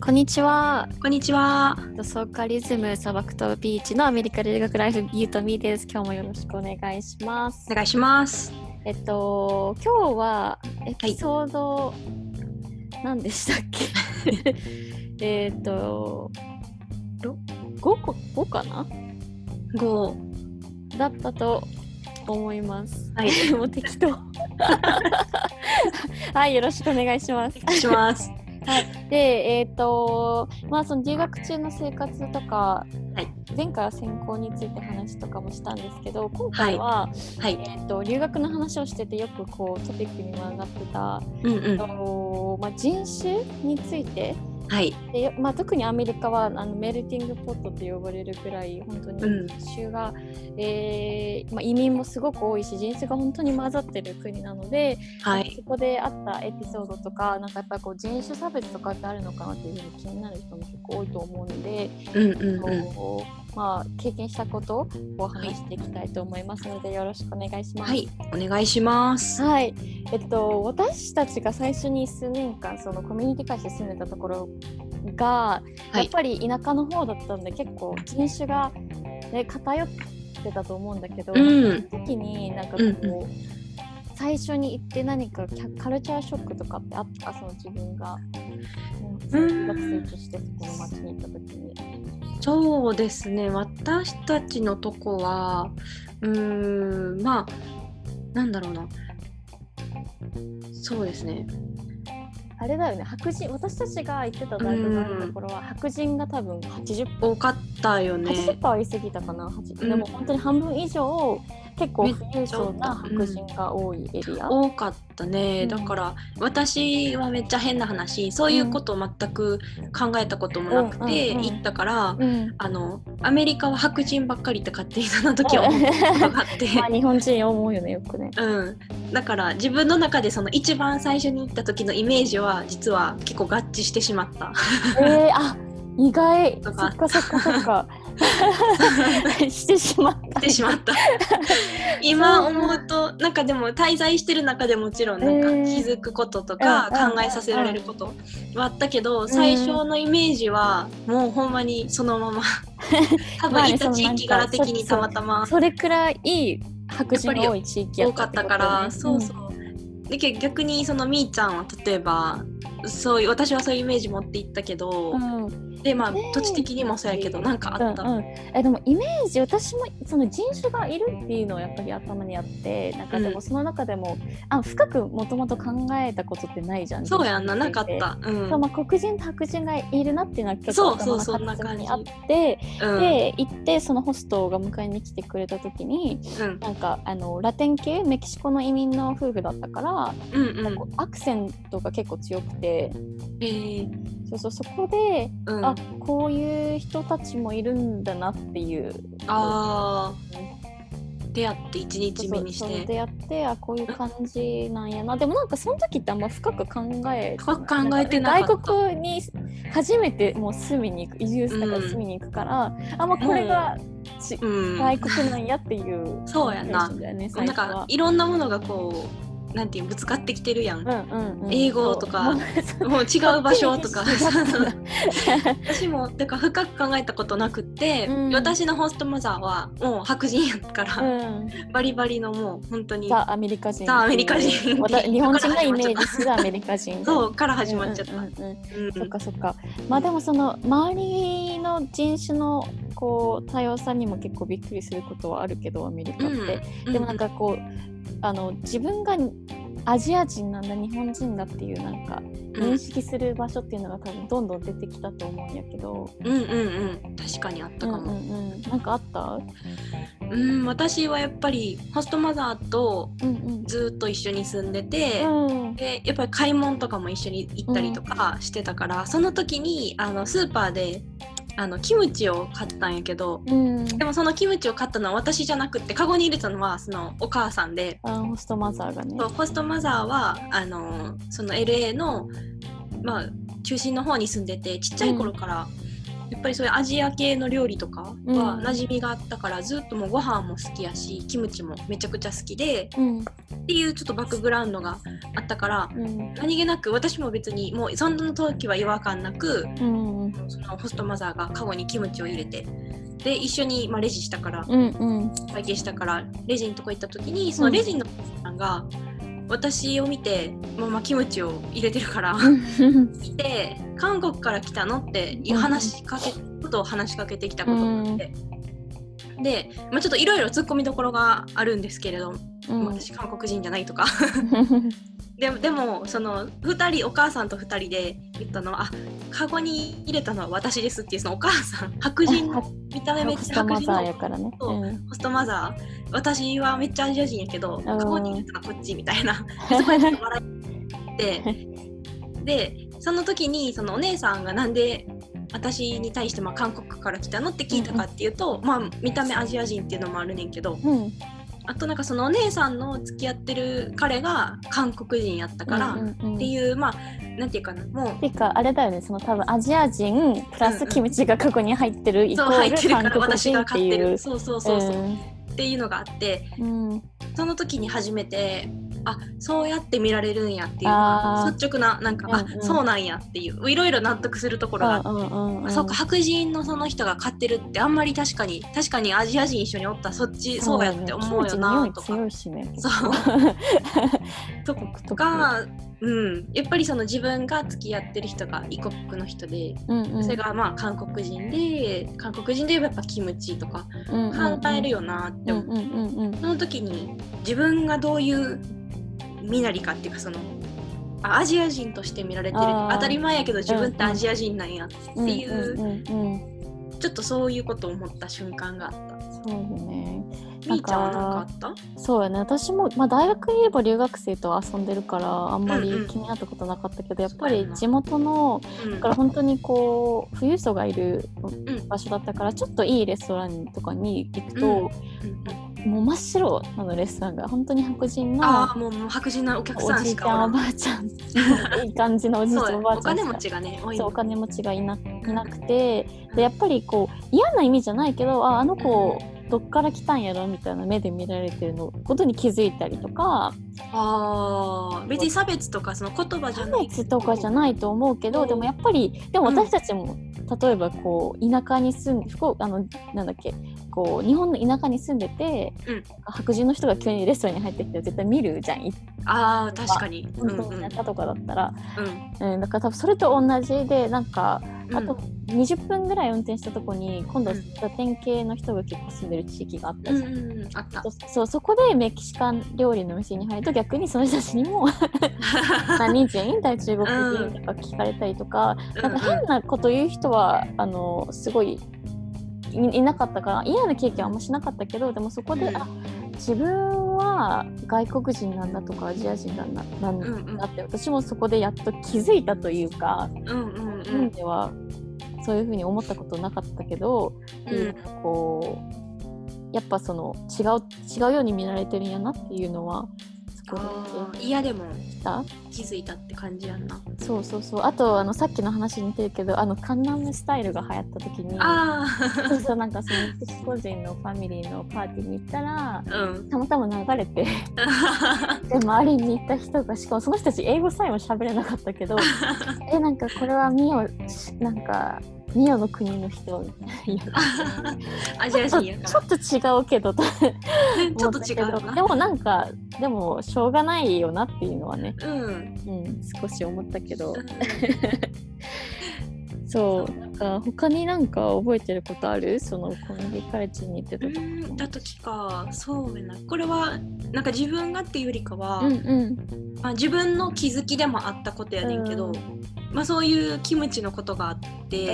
こんにちは。 こんにちは。 ソーカリズム砂漠とビーチのアメリカ留学ライフゆうとみです。今日もよろしくお願いします。 お願いします。 今日はエピソード、何でしたっけ5かな 5 だったと思います。 はい。 もう適当。はい、よろしくお願いします。 お願いします。 はい、で、その留学中の生活とか、前回は専攻について話とかもしたんですけど、今回は、留学の話をしててよくこうトピックにも上がってた、人種について、で特にアメリカはメルティングポットと呼ばれるくらい本当に人種が、移民もすごく多いし人種が本当に混ざってる国なので、そこであったエピソードとかなんかやっぱりこう人種差別とかってあるのかなっていうふうに気になる人も結構多いと思うので、経験したことを話していきたいと思いますのでよろしくお願いします。 お願いします。 私たちが最初に数年間そのコミュニティ会社で住んでたところが、やっぱり田舎の方だったんで結構人種が、偏ってたと思うんだけど、その時になんかこう、最初に行って何かカルチャーショックとかってあった？その自分が学生としてそこの町に行った時に。 そうですね、私たちのとこはなんだろうな、そうですね、 あれだよね、白人、私たちが行ってた大学があるところは白人が多分80% 多かったよね。 80%は言い過ぎたかな、でも本当に半分以上結構富裕層な白人が多いエリア、 多かったね。だから私はめっちゃ変な話、そういうことを全く考えたこともなくて行ったから、アメリカは白人ばっかりって勝手にその時は思ったことがあって日本人思うよね、よくね。 だから自分の中でその一番最初に行った時のイメージは実は結構合致してしまった。 意外。そっかしてしまった今思うとなんかでも滞在してる中でもちろんなんか気づくこととか考えさせられることはあったけど、最初のイメージはもうほんまにそのまま多分いた地域柄的にたまたまそれくらい白人が多い地域やった多かったから、で逆にそのみーちゃんは例えば私はそういうイメージ持っていったけど、で土地的にもそうやけどなんかあった？ でもイメージ、私もその人種がいるっていうのはやっぱり頭にあって、なんかでもその中でも、深くもともと考えたことってないじゃん。 そうやんな、なかった。 黒人と白人がいるなっていうのは結構頭の片隅にあって、で行ってそのホストが迎えに来てくれた時に、なんかラテン系メキシコの移民の夫婦だったから、アクセントが結構強くて、そこで、こういう人たちもいるんだなっていう、 出会って1日目にして出会ってこういう感じなんやな。でもなんかその時ってあんま深く考えてなかった。外国に初めてもう住みに行く、移住したから住みに行くから、これが外国なんやっていう、 そうやな。なんかいろんなものがこうなんていうぶつかってきてるやん。英語とかもう違う場所とか私もだから深く考えたことなくって、私のホストマザーはもう白人やから、バリバリのもう本当にザ・アメリカ人、 日本人がイメージするアメリカ人そうから始まっちゃった。 そっか。でもその周りの人種のこう多様さにも結構びっくりすることはあるけど、アメリカって、でもなんかこう自分がアジア人なんだ、日本人だっていうなんか認識する場所っていうのが多分どんどん出てきたと思うんやけど、 確かにあったかも。 なんかあった？ 私はやっぱりホストマザーとずっと一緒に住んでて、でやっぱり買い物とかも一緒に行ったりとかしてたから、その時にスーパーでキムチを買ったんやけど、でもそのキムチを買ったのは私じゃなくってカゴに入れたのはそのお母さんで、 ホストマザーがね。 ホストマザーはその LA の中心の方に住んでて、ちっちゃい頃からやっぱりそういうアジア系の料理とかは馴染みがあったから、ずっともうご飯も好きやしキムチもめちゃくちゃ好きで、っていうちょっとバックグラウンドがあったから、何気なく私も別にもうその時は違和感なく、そのホストマザーがカゴにキムチを入れて、で一緒に、レジしたから、会計したからレジのとこ行った時に、そのレジのさんが私を見て、キムチを入れてるから来て、韓国から来たのって話しかけてきたことがあって、で、ちょっといろいろ突っ込みどころがあるんですけれど、私韓国人じゃないとかでもその2人、お母さんと2人で言ったのは、カゴに入れたのは私ですっていう、そのお母さん白人、見た目めっちゃ白人のホストマザー、私はめっちゃアジア人やけどカゴに入れたのはこっちみたいなそこで笑ってで、その時にそのお姉さんがなんで私に対して韓国から来たのって聞いたかっていうと、見た目アジア人っていうのもあるねんけど、あとなんかそのお姉さんの付き合ってる彼が韓国人やったからっていう、なんていうかな、もうっていうかあれだよね、その多分アジア人プラスキムチが過去に入ってるイコール韓国人っていう、 そうっていうのがあって、その時に初めてそうやって見られるんやっていう率直ななんか、そうなんやっていういろいろ納得するところがあって、そうか、白人のその人が買ってるってあんまり確かにアジア人一緒におったらそっちそうやって思うよなとか、 強いしね、 とか、やっぱりその自分が付き合ってる人が異国の人で、それが韓国人でやっぱキムチとか考えるよなって思う。その時に自分がどういう身なりかっていうか、そのアジア人として見られてる、当たり前やけど自分ってアジア人なんやっていう、ちょっとそういうことを思った瞬間があった。 そうよね。 みーちゃんは何かあった？ そうやね、私も、大学にいれば留学生と遊んでるからあんまり気になったことなかったけど、やっぱり地元の、だから本当にこう富裕層がいる場所だったから、ちょっといいレストランとかに行くと、もう真っ白なのレストランが、本当に白人のもう白人のお客さんしかおじいちゃんおばあちゃんいい感じのおじいちゃんおばあちゃんしか、 お金持ちがね多い、 お金持ちがいなくて、でやっぱりこう嫌な意味じゃないけど、あの子どっから来たんやろみたいな目で見られてるのことに気づいたりとか、 別に差別とかその言葉じゃない、 差別とかじゃないと思うけど、でもやっぱり私たちも、例えばこう田舎に住んでなんだっけ、こう日本の田舎に住んでて、白人の人が急にレストランに入ってきて絶対見るじゃん。 確かに本当に田舎とかだったら、だから多分それと同じで、なんかあと20分ぐらい運転したとこに今度ラテン系の人が結構住んでる地域があったじゃん。 あった。 そこでメキシカン料理の店に入ると、逆にその人たちにも何人対中国人とか聞かれたりとか、なんか変なこと言う人はすごいいなかったから、嫌な経験はあんましなかったけど、でもそこで、自分は外国人なんだとかアジア人なんだって、私もそこでやっと気づいたというか、日本ではそういう風に思ったことなかったけど、こうやっぱその違うように見られてるんやなっていうのは嫌でも気づいたって感じやんな。 そうあとさっきの話に似てるけど、カンナムスタイルが流行った時になんかそのメキシコ人のファミリーのパーティーに行ったら、たまたま流れてで周りにいた人が、しかもその人たち英語さえも喋れなかったけどなんかこれはミオの国の人アジア人やからちょっと違うけどちょっと違うな。 でもしょうがないよなっていうのはね、少し思ったけどそうなんか他になんか覚えてることある？そのコミュニティカレッジに行ってた時か。そうやな、これはなんか自分がっていうよりかは、自分の気づきでもあったことやねんけど、そういうキムチのことがあって、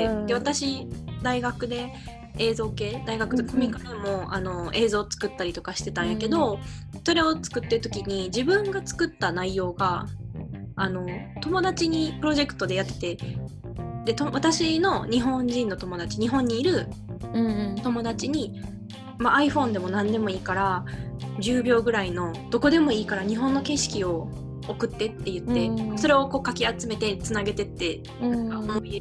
で私大学で映像系、大学でコミカルも映像を作ったりとかしてたんやけど、それを作ってる時に自分が作った内容が友達にプロジェクトでやってて、で私の日本人の友達、日本にいる友達に、iPhone でも何でもいいから10秒ぐらいのどこでもいいから日本の景色を送ってって言って、それをこうかき集めてつなげてって、思い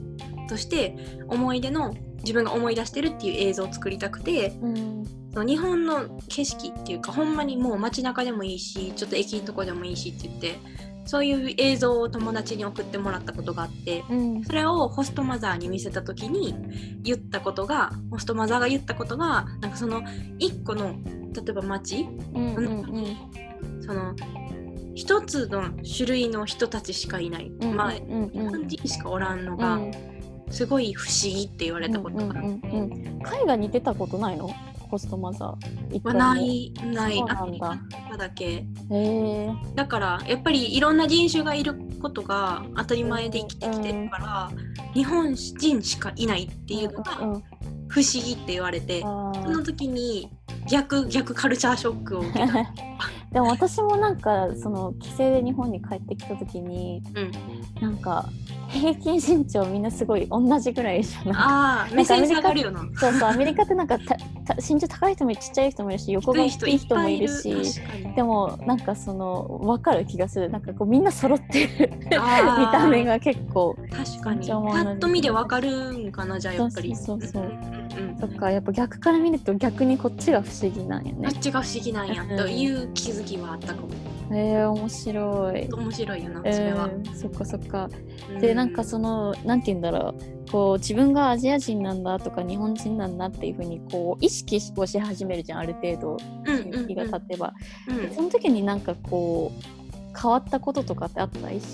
として自分が思い出してるっていう映像を作りたくて、その日本の景色っていうかほんまにもう街中でもいいしちょっと駅のとこでもいいしって言ってそういう映像を友達に送ってもらったことがあって、それをホストマザーに見せた時にホストマザーが言ったことがなんかその一個の例えば街、その一つの種類の人たちしかいない、日本人しかおらんのが、すごい不思議って言われたことがあって、 海外に出たことないの？ホストマザーないアメリカだけ。だからやっぱりいろんな人種がいることが当たり前で生きてきてるから、日本人しかいないっていうのが不思議って言われて、その時に逆カルチャーショックを受けた。 でも私もなんかその帰省で日本に帰ってきた時に、なんか平均身長みんなすごい同じぐらいじゃない？ 目線下がるよな。 そうアメリカってなんか身長高い人もちっちゃい人もいるし横が大きい人もいるし、でもなんかその分かる気がする。なんかこうみんな揃ってる見た目が結構確かにパッと見で分かるんかな。じゃあやっぱりそうそっか、やっぱ逆から見ると逆にこっちが不思議なんやね。 こっちが不思議なんやという気づきはあったかも。 面白いよな、それは。 そっか。でなんかそのなんて言うんだろう、こう自分がアジア人なんだとか日本人なんだっていう風にこう意識をし始めるじゃん、ある程度日が経てば、その時になんかこう変わったこととかってあった？意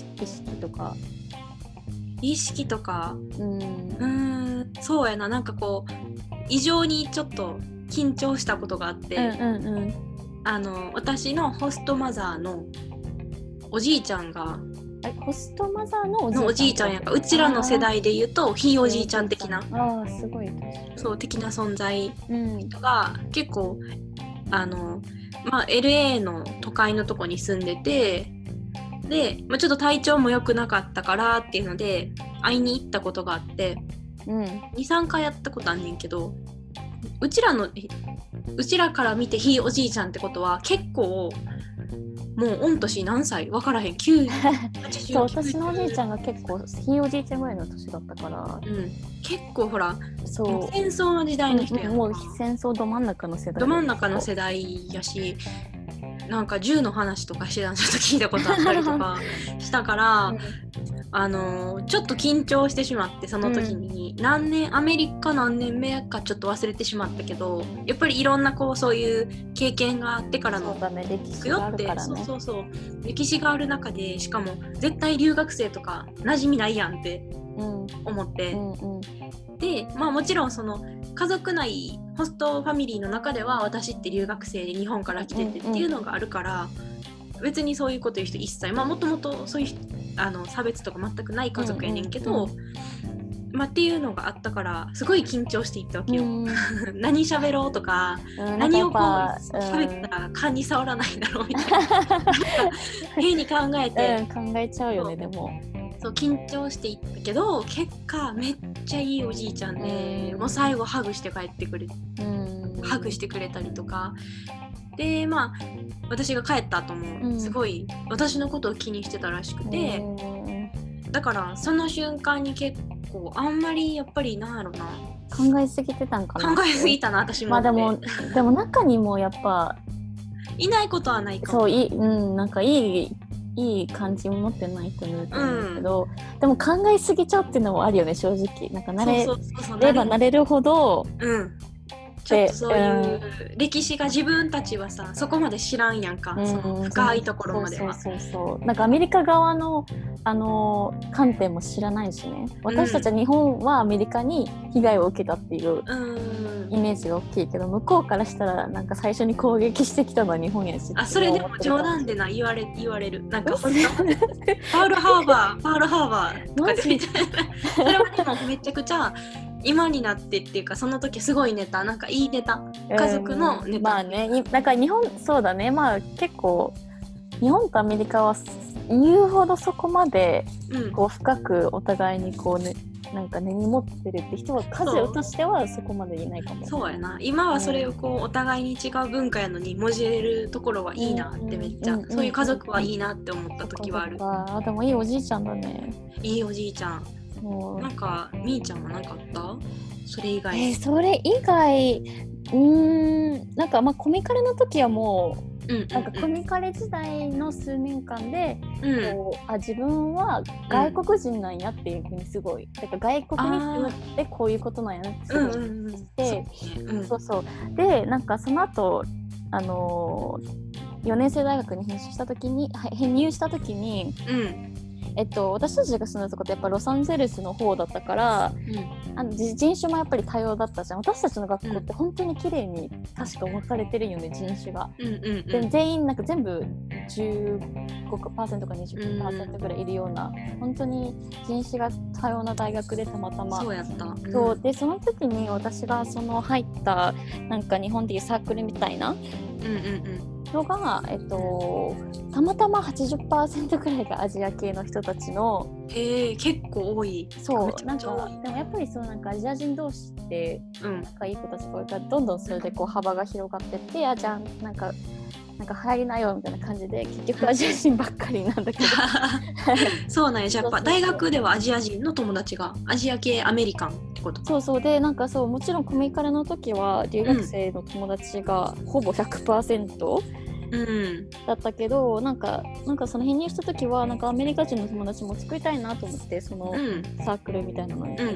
識とかそうやな、なんかこう異常にちょっと緊張したことがあって、私のホストマザーのおじいちゃんがホストマザーのおじいちゃんやから、うちらの世代で言うとひいおじいちゃん的なすごい的な存在が結構LA の都会のとこに住んでて、で、ちょっと体調も良くなかったからっていうので会いに行ったことがあって、2,3 回やったことあんねんけど、うちらから見てひいおじいちゃんってことは結構もう御年何歳分からへんそう、私のおじいちゃんが結構ひいおじいちゃんぐらいの年だったから、 結構ほらもう戦争の時代の人やんか、 もう戦争ど真ん中の世代やし、なんか銃の話とかしてたのちょっと聞いたことあったりとかしたから、ちょっと緊張してしまって、その時にアメリカ何年目かちょっと忘れてしまったけど、やっぱりいろんなそういう経験があってからの歴史があるからね。 歴史がある中で、しかも絶対留学生とか馴染みないやんって思って、でもちろんその家族内ホストファミリーの中では私って留学生で日本から来ててっていうのがあるから、別にそういうこと言う人一切もともとそういう差別とか全くない家族やねんけど、っていうのがあったからすごい緊張していったわけよ。何喋ろうとか、何をこう喋ったら勘に触らないだろうみたいな変に考えて、 考えちゃうよね。でもそう緊張していったけど、結果めっちゃいいおじいちゃんで、もう最後ハグして帰ってくれ、ハグしてくれたりとかで、私が帰った後もすごい私のことを気にしてたらしくて、だからその瞬間に結構あんまりやっぱりなんやろな、 考えすぎてたんかな。 考えすぎたな私も。 でも中にもやっぱいないことはないかも。 そうなんかいい感じ持ってない人もいると思うんだけど、でも考えすぎちゃうっていうのもあるよね、正直。なんか慣れば慣れるほど、 ちょっとそういう歴史が自分たちはさそこまで知らんやんか、その深いところまでは。 そうなんかアメリカ側の観点も知らないしね。私たちは日本はアメリカに被害を受けたっていうイメージが大きいけど、向こうからしたらなんか最初に攻撃してきたのは日本やし。 それでも冗談で言われる。なんかパールハーバーとかでみたいな。それはでもめちゃくちゃ今になってっていうか、その時すごいネタ、なんかいいネタ、家族のネタ、 なんか日本、そうだね、結構日本とアメリカは言うほどそこまでこう深くお互いにこうね、なんか根に持ってるって人は数としてはそこまでいないかも。 そうやな。今はそれをお互いに違う文化やのにもじれるところはいいなってめっちゃ、そういう家族はいいなって思った時はある。 でもいいおじいちゃんだね。 いいおじいちゃん。 なんかみーちゃんは何かあった？それ以外。 それ以外なんかまあコミカレの時はもうなんかコミカレ時代の数年間で、こう自分は外国人なんやっていうふうにすごい、だから外国に住むってこういうことなんやなってすごいして、そうそうでなんかその後4年生大学に編入した時に、私たちが住んだとこってやっぱロサンゼルスの方だったから、人種もやっぱり多様だったじゃん。私たちの学校って本当に綺麗に確か分かれてるよね、人種が。で全員なんか全部 15% か 20% ぐらいいるような本当に人種が多様な大学でたまたまそうやった、 そうでその時に私がその入ったなんか日本でいうサークルみたいなのが、たまたま 80% くらいがアジア系の人たちの結構多い。 そうなんかでもやっぱりそうなんかアジア人同士って仲いい子たちが多いからどんどんそれでこう幅が広がってってじゃあなんか入りなよみたいな感じで結局アジア人ばっかりなんだけどそうなんや。じゃあやっぱ大学ではアジア人の友達がアジア系アメリカンってこと？ そうそうでなんかそうもちろんコミカレの時は留学生の友達がほぼ 100%、だったけどなんかその編入した時はなんかアメリカ人の友達も作りたいなと思ってそのサークルみたいなのに入って、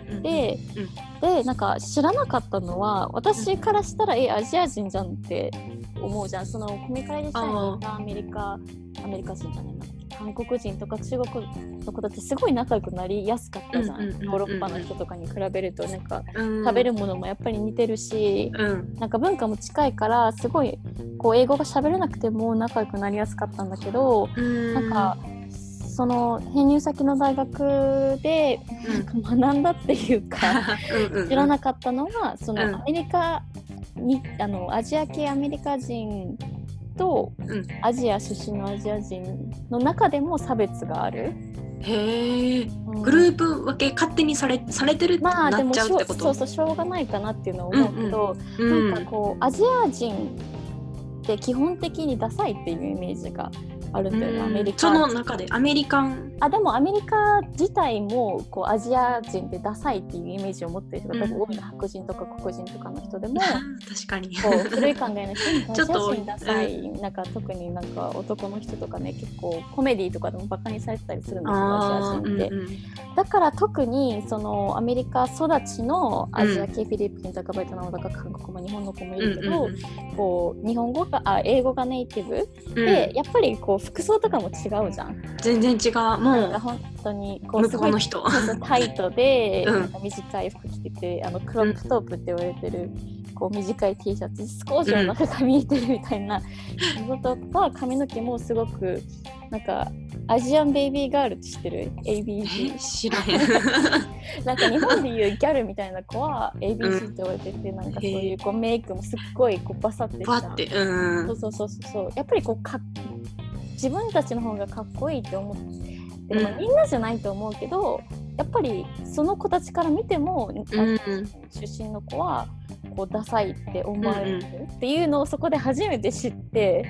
でなんか知らなかったのは私からしたらアジア人じゃんって思うじゃん。そのコミカレ自体のアメリカ人じゃないな韓国人とか中国の子たちすごい仲良くなりやすかったじゃん、ヨーロッパの人とかに比べるとなんか、食べるものもやっぱり似てるし、なんか文化も近いからすごいこう英語が喋れなくても仲良くなりやすかったんだけど、なんかその編入先の大学で学んだっていうか知らなかったのはそのアメリカにアジア系アメリカ人とアジア出身のアジア人の中でも差別がある。 へえ、グループ分け勝手にされてるってなっちゃうってこと？ そうしょうがないかなっていうのは思うけど、なんかこうアジア人って基本的にダサいっていうイメージがあるんだよね、アメリカ。 その中でアメリカンでもアメリカ自体もこうアジア人ってダサいっていうイメージを持ってる人が多分多いの、白人とか黒人とかの人でも確かにこう古い考えの人にアジア人ダサい、なんか特になんか男の人とかね結構コメディとかでもバカにされてたりするんですよアジア人って、だから特にそのアメリカ育ちのアジア系、フィリピンとかベトナムとか韓国も日本の子もいるけど、こう日本語が英語がネイティブで、やっぱりこう服装とかも違うじゃん。 全然違う。もうなんか本当にこうすごい向こうの人タイトで、なんか短い服着ててクロップトップって言われてる、こう短い T シャツ少しお腹が見えてるみたいなこととか、髪の毛もすごくなんかアジアンベイビーガールって知ってる？ ABG 知らへんなんか日本でいうギャルみたいな子は ABC って言われてて、なんかそういうこうメイクもすっごいこうバサってしたって、 そうやっぱりこう自分たちの方がかっこいいって思って、みんなじゃないと思うけどやっぱりその子たちから見ても、出身の子はこうダサいって思われるっていうのをそこで初めて知って、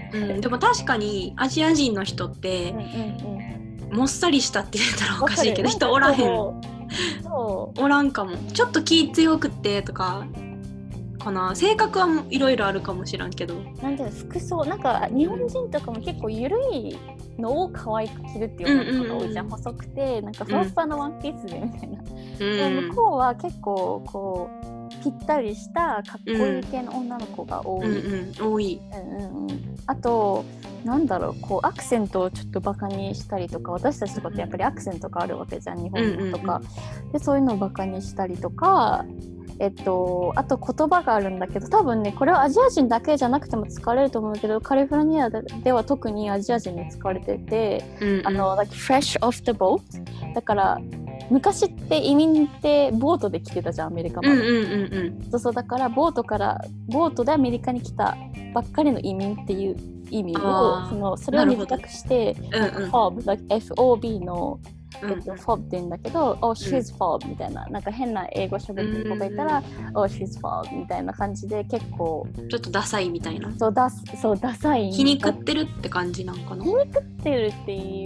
でも確かにアジア人の人って、もっさりしたって言ったらおかしいけど人おらへん。おらんかも。ちょっと気強くってとかかな。性格はいろいろあるかもしらんけど、 なんていうの、服装なんか日本人とかも結構ゆるいのを可愛く着るっていうのが多いじゃん、細くてなんかふわふわのワンピースでみたいな、で向こうは結構こうぴったりしたかっこいい系の女の子が多い、 多い、 あとなんだろう、こうアクセントをちょっとバカにしたりとか、私たちとかってやっぱりアクセントがあるわけじゃん、日本語とか、でそういうのをバカにしたりとか、あと言葉があるんだけど、多分ねこれはアジア人だけじゃなくても使われると思うけど、カリフォルニアでは特にアジア人に使われてて、like fresh off the boat だから昔って移民ってボートで来てたじゃん、アメリカまで、そうだからボートでアメリカに来たばっかりの移民っていう意味をそれを短くして、FOB like FOB のFOB って言うんだけど、she's FOB みたいな、なんか変な英語喋ってる子がいたら、she's FOB みたいな感じで、結構ちょっとダサいみたいな。 そうダサい。 皮肉ってるって感じなんかな。 皮肉ってるっていうよ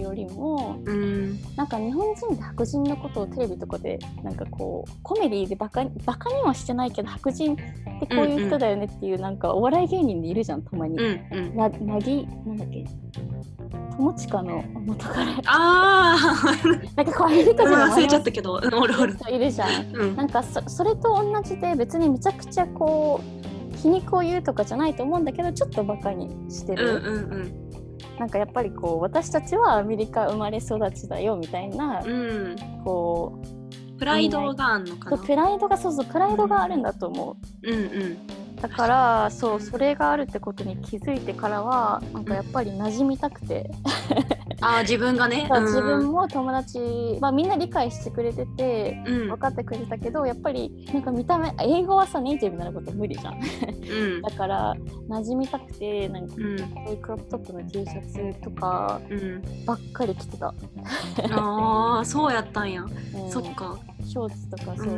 よりも、なんか日本人って白人のことをテレビとかでなんかこうコメディでバカにはしてないけど白人ってこういう人だよねっていうなんかお笑い芸人でいるじゃん、たまに。なんだっけ、友近の元彼。なんかこういう人たち忘れちゃったけど、おるいるじゃん。なんかそれと同じで別にめちゃくちゃこう皮肉を言うとかじゃないと思うんだけど、ちょっとバカにしてる。なんかやっぱりこう私たちはアメリカ生まれ育ちだよみたいな、こうプライドがあるのかな。 プライドがあるんだと思う。だからそれがあるってことに気づいてからはなんかやっぱり馴染みたくて自分がね、 自分も友達、みんな理解してくれてて、分かってくれたけどやっぱりなんか見た目英語はさネイティブになること無理じゃんだから馴染みたくてなんか、そういうクロップトップの T シャツとかばっかり着てたそうやったんや、そっか。 ショーツとかそう、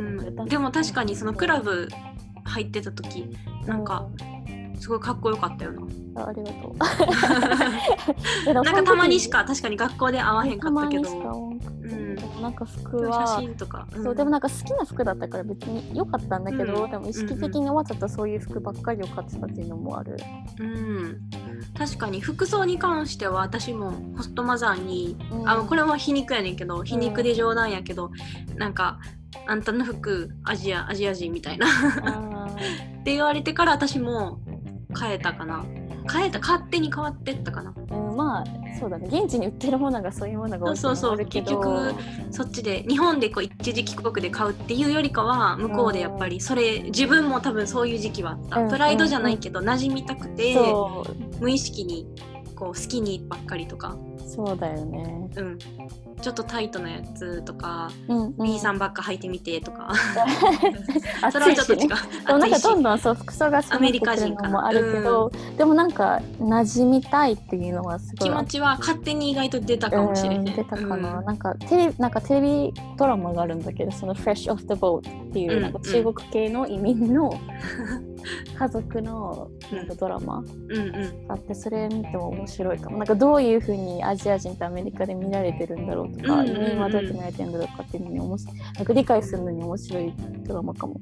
でも確かにそのクラブ入ってた時なんかすごいかっこよかったよな。 ありがとうなんかたまにしか確かに学校で会わへんかったけど、 なんか服は写真とか、 そうでもなんか好きな服だったから別に良かったんだけど、でも意識的にわざとそういう服ばっかりを買ってたっていうのもある。 確かに服装に関しては私もホストマザーに、これも皮肉やねんけど、皮肉で冗談やけど、なんかあんたの服アジア人みたいなって言われてから私も変えたかな。勝手に変わってったかな。 そうだね、現地に売ってるものがそういうものが多いと思うけど、 結局そっちで日本でこう一時帰国で買うっていうよりかは向こうでやっぱりそれ、自分も多分そういう時期はあった、プライドじゃないけど馴染みたくて、無意識にこう好きにばっかりとか。 そうだよね。 ちょっとタイトなやつとか、B さんばっか履いてみてとかそれはちょっと違う。 なんかどんどん服装がアメリカ人かもあるけど、でもなんか馴染みたいっていうのはすごい気持ちは勝手に意外と出たかもしれない。 出たかな。なんかテレビドラマがあるんだけど、その Fresh Off the Boat っていうなんか中国系の移民の家族のなんかドラマがあって、それ見ても面白いかも。なんかどういう風にアジア人ってアメリカで見られてるんだろうとか、移民はどうやって見られてるんだろうかっていうのになんか理解するのに面白いドラマかも。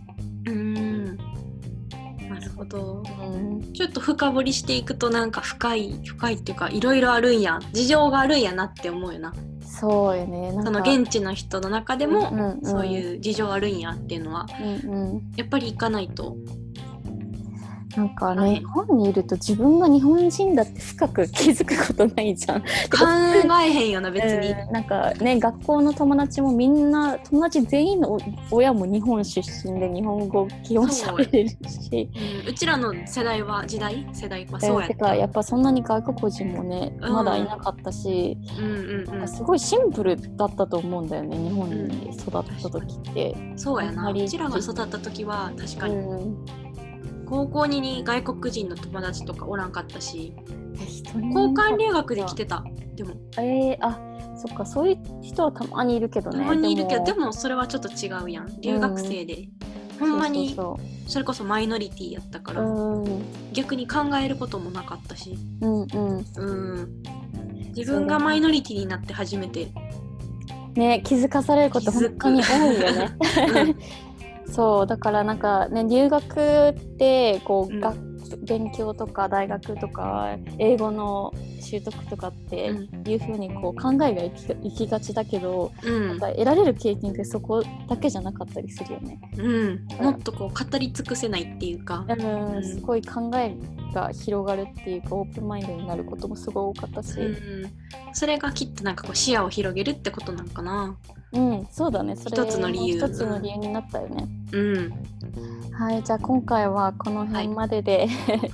なるほど。ちょっと深掘りしていくとなんか深いっていうかいろいろあるんや、事情があるんやなって思うよな。 そうよね。 その現地の人の中でもそういう事情あるんやっていうのはやっぱり行かないと。 なんかね、日本にいると自分が日本人だって深く気づくことないじゃん。考えへんよな別に。 なんかね、学校の友達もみんな友達全員の親も日本出身で日本語基本喋れるし、 うちらの世代は世代はそうやった。 やっぱそんなに外国人もね、まだいなかったし、すごいシンプルだったと思うんだよね、日本に育った時って。 そうやな。うちらが育った時は確かに。高校に外国人の友達とかおらんかったし、交換留学で来てた。でもそっか、そういう人はたまにいるけどね。 たまにいるけど、でもそれはちょっと違うやん。留学生で、ほんまにそれこそマイノリティやったから、逆に考えることもなかったし、自分がマイノリティになって初めてね、気づかされること本当に多いよね。そうだからなんかね、留学ってこう、勉強とか大学とか英語の習得とかっていう風にこう考えが行きがちだけど、なんか得られる経験ってそこだけじゃなかったりするよね。 もっとこう語り尽くせないっていうか、 すごい考えが広がるっていうかオープンマインドになることもすごい多かったし、 それがきっとなんかこう視野を広げるってことなんかな。 そうだね。それ一つの理由になったよね。はい、じゃあ今回はこの辺までで、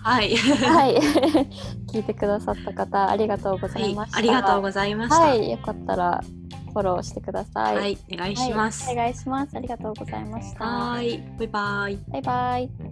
聞いてくださった方ありがとうございました。 ありがとうございました。 よかったらフォローしてください。 お願いします。 お願いします。ありがとうございました。 バイバイ。 バイバイ。